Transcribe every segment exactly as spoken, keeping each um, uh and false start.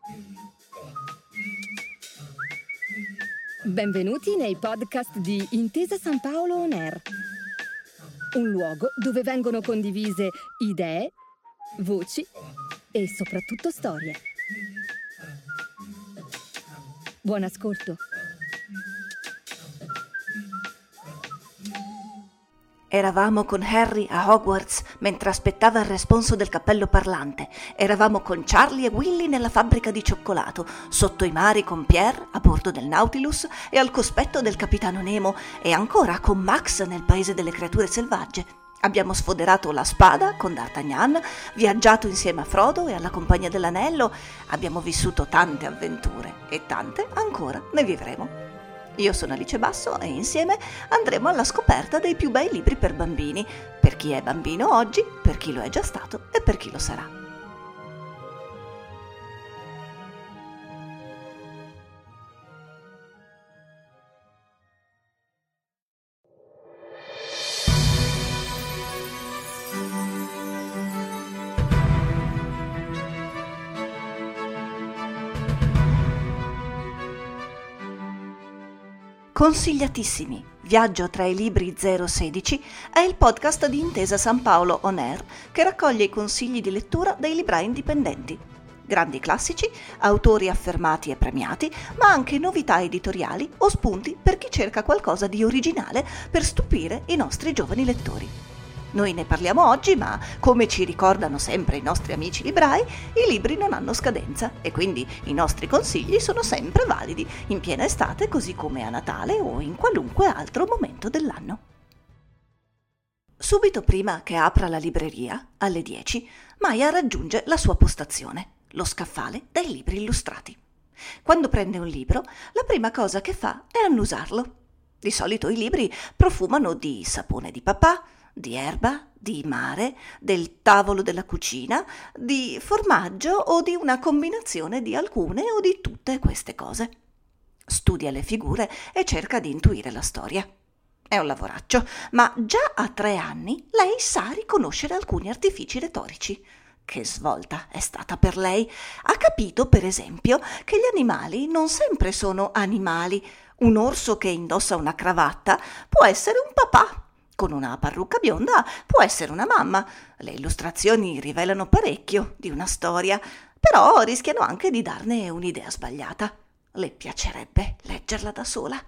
Benvenuti nei podcast di Intesa San Paolo On Air, un luogo dove vengono condivise idee, voci e soprattutto storie. Buon ascolto. Eravamo con Harry a Hogwarts mentre aspettava il responso del cappello parlante. Eravamo con Charlie e Willy nella fabbrica di cioccolato, sotto i mari con Pierre a bordo del Nautilus e al cospetto del capitano Nemo, e ancora con Max nel paese delle creature selvagge. Abbiamo sfoderato la spada con D'Artagnan, viaggiato insieme a Frodo e alla Compagnia dell'Anello. Abbiamo vissuto tante avventure e tante ancora ne vivremo. Io sono Alice Basso e insieme andremo alla scoperta dei più bei libri per bambini, per chi è bambino oggi, per chi lo è già stato e per chi lo sarà. Consigliatissimi, Viaggio tra i libri zero sedici è il podcast di Intesa San Paolo On Air che raccoglie i consigli di lettura dei librai indipendenti. Grandi classici, autori affermati e premiati, ma anche novità editoriali o spunti per chi cerca qualcosa di originale per stupire i nostri giovani lettori. Noi ne parliamo oggi, ma come ci ricordano sempre i nostri amici librai, i libri non hanno scadenza e quindi i nostri consigli sono sempre validi in piena estate, così come a Natale o in qualunque altro momento dell'anno. Subito prima che apra la libreria, alle dieci, Maya raggiunge la sua postazione, lo scaffale dei libri illustrati. Quando prende un libro, la prima cosa che fa è annusarlo. Di solito i libri profumano di sapone di papà, di erba, di mare, del tavolo della cucina, di formaggio o di una combinazione di alcune o di tutte queste cose. Studia le figure e cerca di intuire la storia. È un lavoraccio, ma già a tre anni lei sa riconoscere alcuni artifici retorici. Che svolta è stata per lei! Ha capito, per esempio, che gli animali non sempre sono animali. Un orso che indossa una cravatta può essere un papà. Con una parrucca bionda può essere una mamma. Le illustrazioni rivelano parecchio di una storia, però rischiano anche di darne un'idea sbagliata. Le piacerebbe leggerla da sola.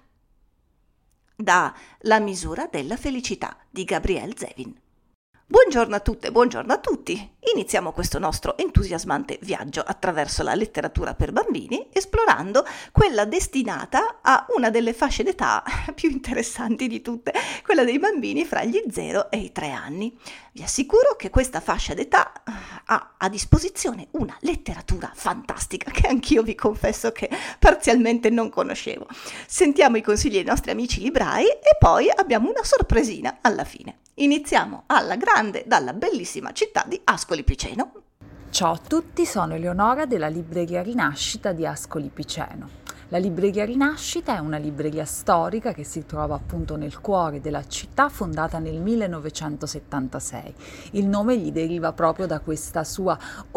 Da La misura della felicità di Gabrielle Zevin. Buongiorno a tutte, buongiorno a tutti. Iniziamo questo nostro entusiasmante viaggio attraverso la letteratura per bambini, esplorando quella destinata a una delle fasce d'età più interessanti di tutte, quella dei bambini fra gli zero e i tre anni. Vi assicuro che questa fascia d'età ha a disposizione una letteratura fantastica che anch'io vi confesso che parzialmente non conoscevo. Sentiamo i consigli dei nostri amici librai e poi abbiamo una sorpresina alla fine. Iniziamo alla grande dalla bellissima città di Ascoli Piceno. Ciao a tutti, sono Eleonora della Libreria Rinascita di Ascoli Piceno. La Libreria Rinascita è una libreria storica che si trova appunto nel cuore della città, fondata nel millenovecentosettantasei. Il nome gli deriva proprio da questa sua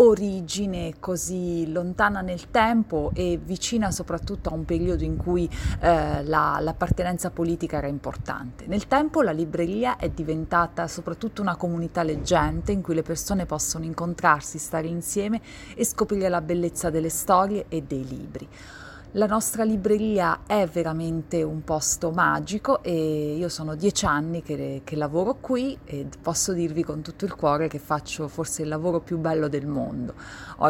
origine così lontana nel tempo e vicina soprattutto a un periodo in cui eh, la, l'appartenenza politica era importante. Nel tempo la libreria è diventata soprattutto una comunità leggente in cui le persone possono incontrarsi, stare insieme e scoprire la bellezza delle storie e dei libri. La nostra libreria è veramente un posto magico e io sono dieci anni che, che lavoro qui e posso dirvi con tutto il cuore che faccio forse il lavoro più bello del mondo. Ho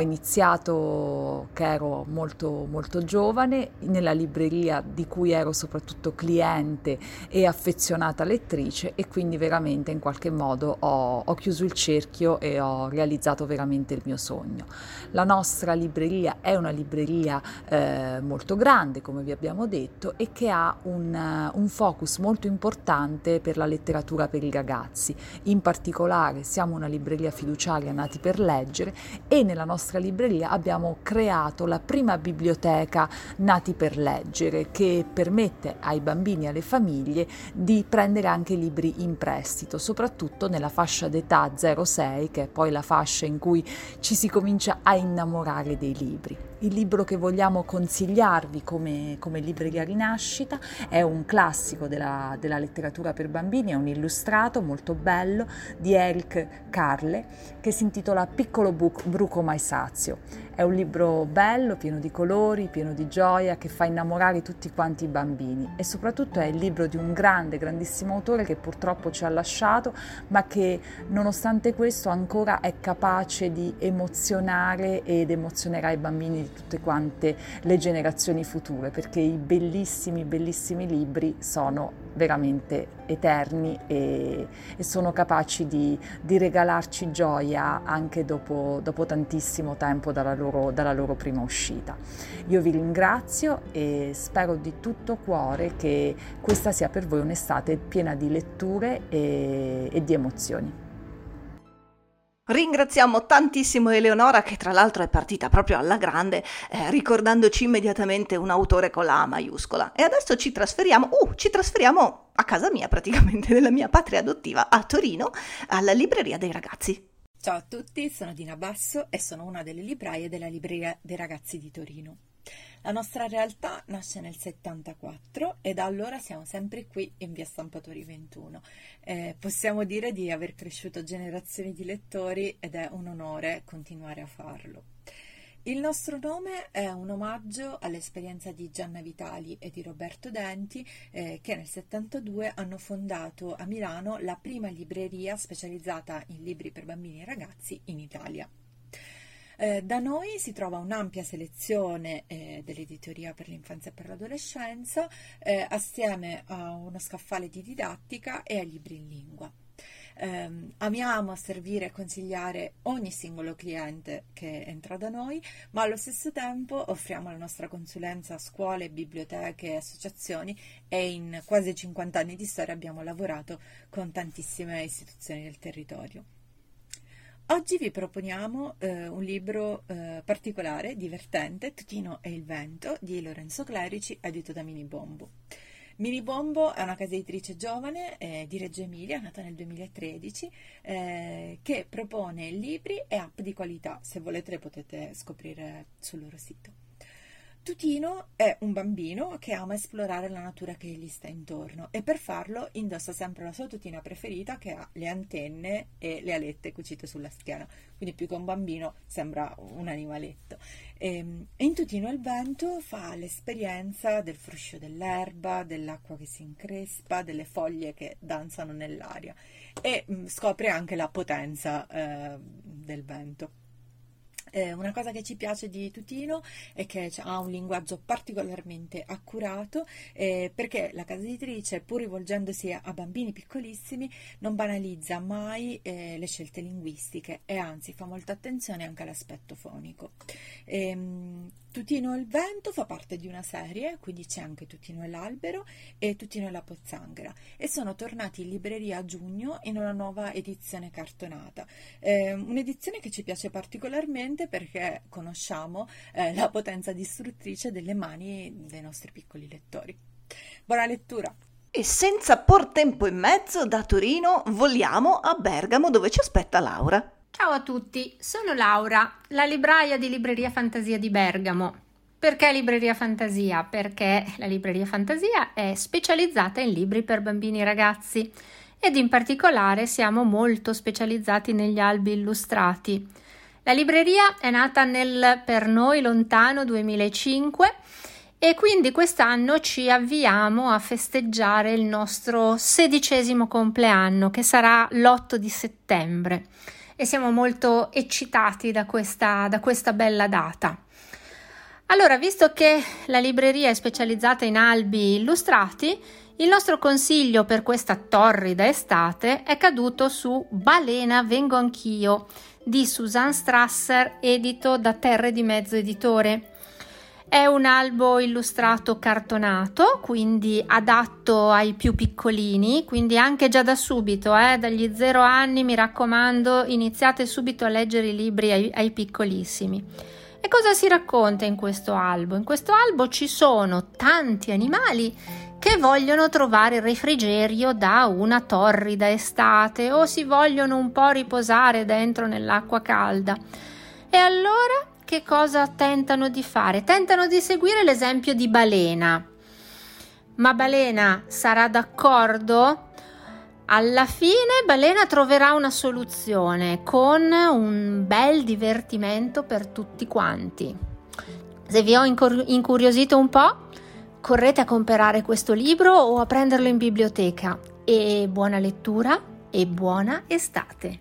iniziato che ero molto, molto giovane nella libreria di cui ero soprattutto cliente e affezionata lettrice e quindi veramente in qualche modo ho, ho chiuso il cerchio e ho realizzato veramente il mio sogno. La nostra libreria è una libreria eh, molto grande, come vi abbiamo detto, e che ha un, uh, un focus molto importante per la letteratura per i ragazzi. In particolare siamo una libreria fiduciaria nati per leggere e nella nostra libreria abbiamo creato la prima biblioteca nati per leggere che permette ai bambini e alle famiglie di prendere anche libri in prestito, soprattutto nella fascia d'età zero sei, che è poi la fascia in cui ci si comincia a innamorare dei libri. Il libro che vogliamo consigliarvi come, come Libreria Rinascita è un classico della, della letteratura per bambini, è un illustrato molto bello di Eric Carle che si intitola Piccolo bruco mai sazio. È un libro bello, pieno di colori, pieno di gioia, che fa innamorare tutti quanti i bambini, e soprattutto è il libro di un grande, grandissimo autore che purtroppo ci ha lasciato, ma che nonostante questo ancora è capace di emozionare ed emozionerà i bambini di tutte quante le generazioni future, perché i bellissimi, bellissimi libri sono veramente eterni e, e sono capaci di, di regalarci gioia anche dopo, dopo tantissimo tempo dalla loro, dalla loro prima uscita. Io vi ringrazio e spero di tutto cuore che questa sia per voi un'estate piena di letture e, e di emozioni. Ringraziamo tantissimo Eleonora, che tra l'altro è partita proprio alla grande, eh, ricordandoci immediatamente un autore con la A maiuscola. E adesso ci trasferiamo, uh, ci trasferiamo a casa mia, praticamente, nella mia patria adottiva, a Torino, alla Libreria dei Ragazzi. Ciao a tutti, sono Dina Basso e sono una delle libraie della Libreria dei Ragazzi di Torino. La nostra realtà nasce nel settantaquattro e da allora siamo sempre qui in via Stampatori ventuno. Eh, possiamo dire di aver cresciuto generazioni di lettori ed è un onore continuare a farlo. Il nostro nome è un omaggio all'esperienza di Gianna Vitali e di Roberto Denti, eh, che nel settantadue hanno fondato a Milano la prima libreria specializzata in libri per bambini e ragazzi in Italia. Eh, da noi si trova un'ampia selezione eh, dell'editoria per l'infanzia e per l'adolescenza, eh, assieme a uno scaffale di didattica e a libri in lingua. Eh, amiamo servire e consigliare ogni singolo cliente che entra da noi, ma allo stesso tempo offriamo la nostra consulenza a scuole, biblioteche e associazioni, e in quasi cinquanta anni di storia abbiamo lavorato con tantissime istituzioni del territorio. Oggi vi proponiamo eh, un libro eh, particolare, divertente, Tutino e il vento, di Lorenzo Clerici, edito da Minibombo. Minibombo è una casa editrice giovane eh, di Reggio Emilia, nata nel duemilatredici, eh, che propone libri e app di qualità. Se volete le potete scoprire sul loro sito. Tutino è un bambino che ama esplorare la natura che gli sta intorno e per farlo indossa sempre la sua tutina preferita, che ha le antenne e le alette cucite sulla schiena, quindi più che un bambino sembra un animaletto. E in Tutino e il vento fa l'esperienza del fruscio dell'erba, dell'acqua che si increspa, delle foglie che danzano nell'aria, e mh, scopre anche la potenza eh, del vento. Eh, una cosa che ci piace di Tutino è che ha un linguaggio particolarmente accurato, eh, perché la casa editrice, pur rivolgendosi a, a bambini piccolissimi, non banalizza mai eh, le scelte linguistiche e anzi fa molta attenzione anche all'aspetto fonico. Ehm, Tutino e il vento fa parte di una serie, quindi c'è anche Tutino e l'albero e Tutino e la pozzanghera, e sono tornati in libreria a giugno in una nuova edizione cartonata, eh, un'edizione che ci piace particolarmente perché conosciamo eh, la potenza distruttrice delle mani dei nostri piccoli lettori. Buona lettura! E senza por tempo in mezzo, da Torino voliamo a Bergamo, dove ci aspetta Laura. Ciao a tutti, sono Laura, la libraia di Libreria Fantasia di Bergamo. Perché Libreria Fantasia? Perché la Libreria Fantasia è specializzata in libri per bambini e ragazzi ed in particolare siamo molto specializzati negli albi illustrati. La libreria è nata nel per noi lontano duemilacinque e quindi quest'anno ci avviamo a festeggiare il nostro sedicesimo compleanno, che sarà l'otto di settembre. E siamo molto eccitati da questa, da questa bella data. Allora, visto che la libreria è specializzata in albi illustrati, il nostro consiglio per questa torrida estate è caduto su Balena Vengo Anch'io di Susanne Strasser, edito da Terre di Mezzo Editore. È un albo illustrato cartonato, quindi adatto ai più piccolini, quindi anche già da subito, eh, dagli zero anni, mi raccomando, iniziate subito a leggere i libri ai, ai piccolissimi. E cosa si racconta in questo albo? In questo albo ci sono tanti animali che vogliono trovare refrigerio da una torrida estate o si vogliono un po' riposare dentro nell'acqua calda. E allora che cosa tentano di fare? Tentano di seguire l'esempio di Balena. Ma Balena sarà d'accordo? Alla fine Balena troverà una soluzione con un bel divertimento per tutti quanti. Se vi ho incuriosito un po', correte a comprare questo libro o a prenderlo in biblioteca. E buona lettura e buona estate!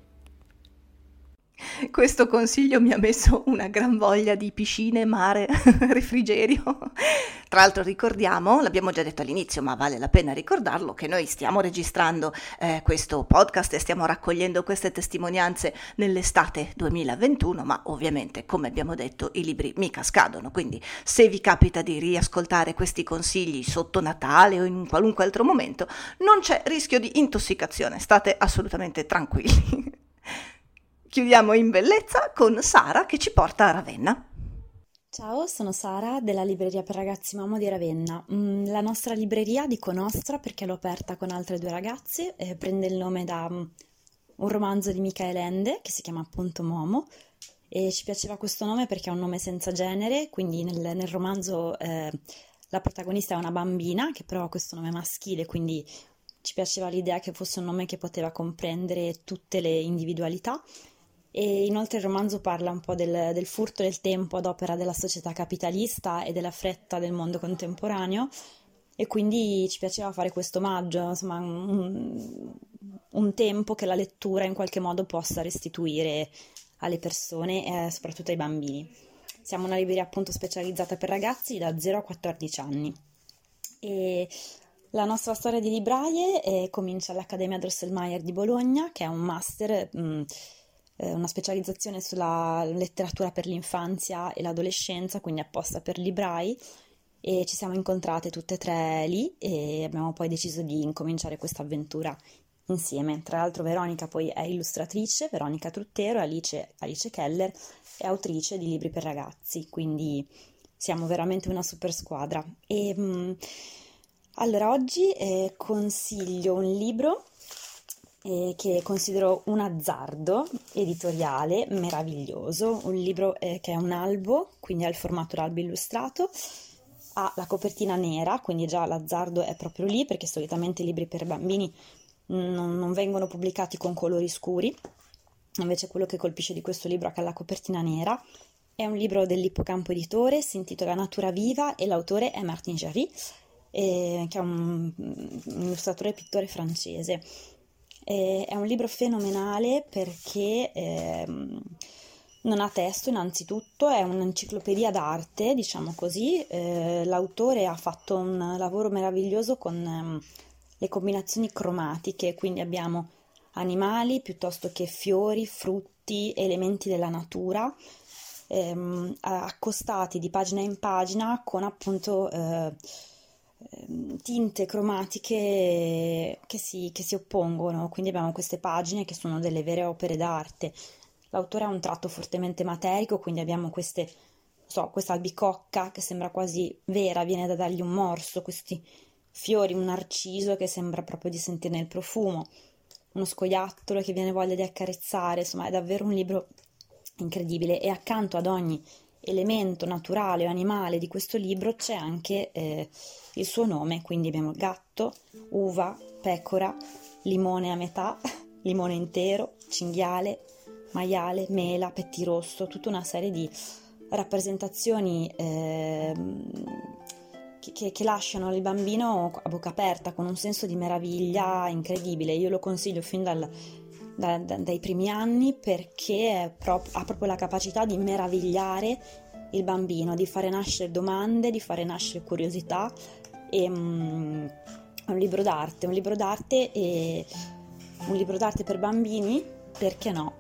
Questo consiglio mi ha messo una gran voglia di piscine, mare, refrigerio. Tra l'altro ricordiamo, l'abbiamo già detto all'inizio, ma vale la pena ricordarlo, che noi stiamo registrando eh, questo podcast e stiamo raccogliendo queste testimonianze nell'estate duemilaventuno, ma ovviamente, come abbiamo detto, i libri mica scadono, quindi se vi capita di riascoltare questi consigli sotto Natale o in qualunque altro momento, non c'è rischio di intossicazione, state assolutamente tranquilli. Chiudiamo in bellezza con Sara che ci porta a Ravenna. Ciao, sono Sara della libreria per ragazzi Momo di Ravenna. Mm, la nostra libreria, dico nostra perché l'ho aperta con altre due ragazze, eh, prende il nome da um, un romanzo di Michael Ende che si chiama appunto Momo, e ci piaceva questo nome perché è un nome senza genere, quindi nel, nel romanzo eh, la protagonista è una bambina che però ha questo nome maschile, quindi ci piaceva l'idea che fosse un nome che poteva comprendere tutte le individualità. E inoltre il romanzo parla un po' del, del furto del tempo ad opera della società capitalista e della fretta del mondo contemporaneo, e quindi ci piaceva fare questo omaggio, insomma un, un tempo che la lettura in qualche modo possa restituire alle persone e soprattutto ai bambini. Siamo una libreria appunto specializzata per ragazzi da zero a quattordici anni e la nostra storia di libraie eh, comincia all'Accademia Drosselmayer di Bologna, che è un master mh, una specializzazione sulla letteratura per l'infanzia e l'adolescenza, quindi apposta per librai, e ci siamo incontrate tutte e tre lì e abbiamo poi deciso di incominciare questa avventura insieme. Tra l'altro Veronica poi è illustratrice, Veronica Truttero, e Alice, Alice Keller è autrice di libri per ragazzi, quindi siamo veramente una super squadra. E mh, allora oggi eh, consiglio un libro Eh, che considero un azzardo editoriale meraviglioso, un libro eh, che è un albo, quindi ha il formato albo illustrato, ha la copertina nera, quindi già l'azzardo è proprio lì, perché solitamente i libri per bambini non, non vengono pubblicati con colori scuri, invece quello che colpisce di questo libro è che ha la copertina nera. È un libro dell'Ippocampo Editore, si intitola Natura Viva e l'autore è Martin Jarry, eh, che è un, un illustratore e pittore francese. Eh, è un libro fenomenale perché eh, non ha testo innanzitutto, è un'enciclopedia d'arte, diciamo così. Eh, l'autore ha fatto un lavoro meraviglioso con ehm, le combinazioni cromatiche, quindi abbiamo animali piuttosto che fiori, frutti, elementi della natura, ehm, accostati di pagina in pagina con appunto eh, tinte cromatiche che si, che si oppongono, quindi abbiamo queste pagine che sono delle vere opere d'arte. L'autore ha un tratto fortemente materico, quindi abbiamo queste, so, questa albicocca che sembra quasi vera, viene da dargli un morso, questi fiori, un narciso che sembra proprio di sentirne il profumo, uno scoiattolo che viene voglia di accarezzare, insomma è davvero un libro incredibile. E accanto ad ogni elemento naturale o animale di questo libro c'è anche eh, il suo nome, quindi abbiamo gatto, uva, pecora, limone a metà, limone intero, cinghiale, maiale, mela, pettirosso, tutta una serie di rappresentazioni eh, che, che lasciano il bambino a bocca aperta con un senso di meraviglia incredibile. Io lo consiglio fin dal Da, da, dai primi anni perché pro- ha proprio la capacità di meravigliare il bambino, di fare nascere domande, di fare nascere curiosità. E, um, è un libro d'arte, un libro d'arte e un libro d'arte per bambini, perché no?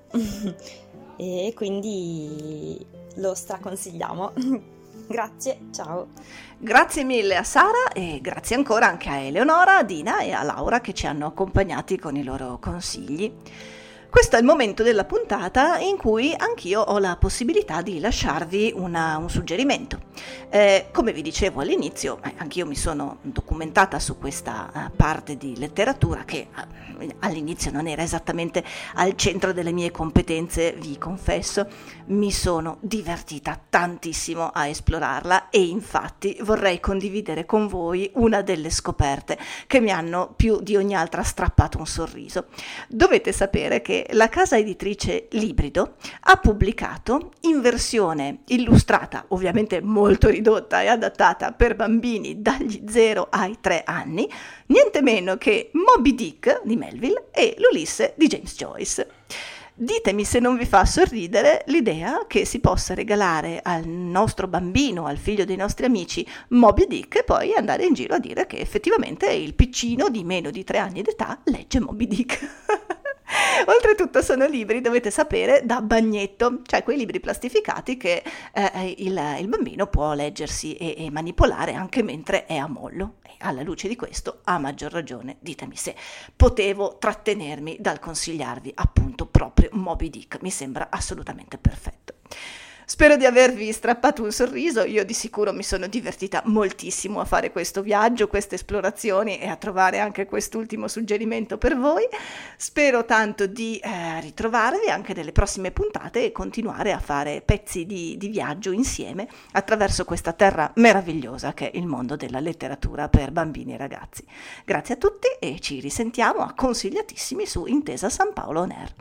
E quindi lo straconsigliamo. Grazie, ciao. Grazie mille a Sara e grazie ancora anche a Eleonora, a Dina e a Laura che ci hanno accompagnati con i loro consigli. Questo è il momento della puntata in cui anch'io ho la possibilità di lasciarvi una, un suggerimento. Eh, come vi dicevo all'inizio, eh, anch'io mi sono documentata su questa uh, parte di letteratura che uh, all'inizio non era esattamente al centro delle mie competenze, vi confesso. Mi sono divertita tantissimo a esplorarla e infatti vorrei condividere con voi una delle scoperte che mi hanno più di ogni altra strappato un sorriso. Dovete sapere che la casa editrice Librido ha pubblicato in versione illustrata, ovviamente molto ridotta e adattata per bambini dagli zero ai tre anni, niente meno che Moby Dick di Melville e l'Ulisse di James Joyce. Ditemi se non vi fa sorridere l'idea che si possa regalare al nostro bambino, al figlio dei nostri amici, Moby Dick e poi andare in giro a dire che effettivamente il piccino di meno di tre anni d'età legge Moby Dick. Oltretutto sono libri, dovete sapere, da bagnetto, cioè quei libri plastificati che eh, il, il bambino può leggersi e, e manipolare anche mentre è a mollo. E alla luce di questo, a maggior ragione, ditemi se potevo trattenermi dal consigliarvi appunto proprio Moby Dick, mi sembra assolutamente perfetto. Spero di avervi strappato un sorriso, io di sicuro mi sono divertita moltissimo a fare questo viaggio, queste esplorazioni e a trovare anche quest'ultimo suggerimento per voi. Spero tanto di eh, ritrovarvi anche nelle prossime puntate e continuare a fare pezzi di, di viaggio insieme attraverso questa terra meravigliosa che è il mondo della letteratura per bambini e ragazzi. Grazie a tutti e ci risentiamo a Consigliatissimi su Intesa San Paolo On Air.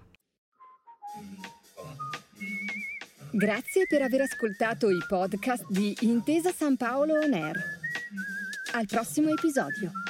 Grazie per aver ascoltato i podcast di Intesa San Paolo On Air. Al prossimo episodio.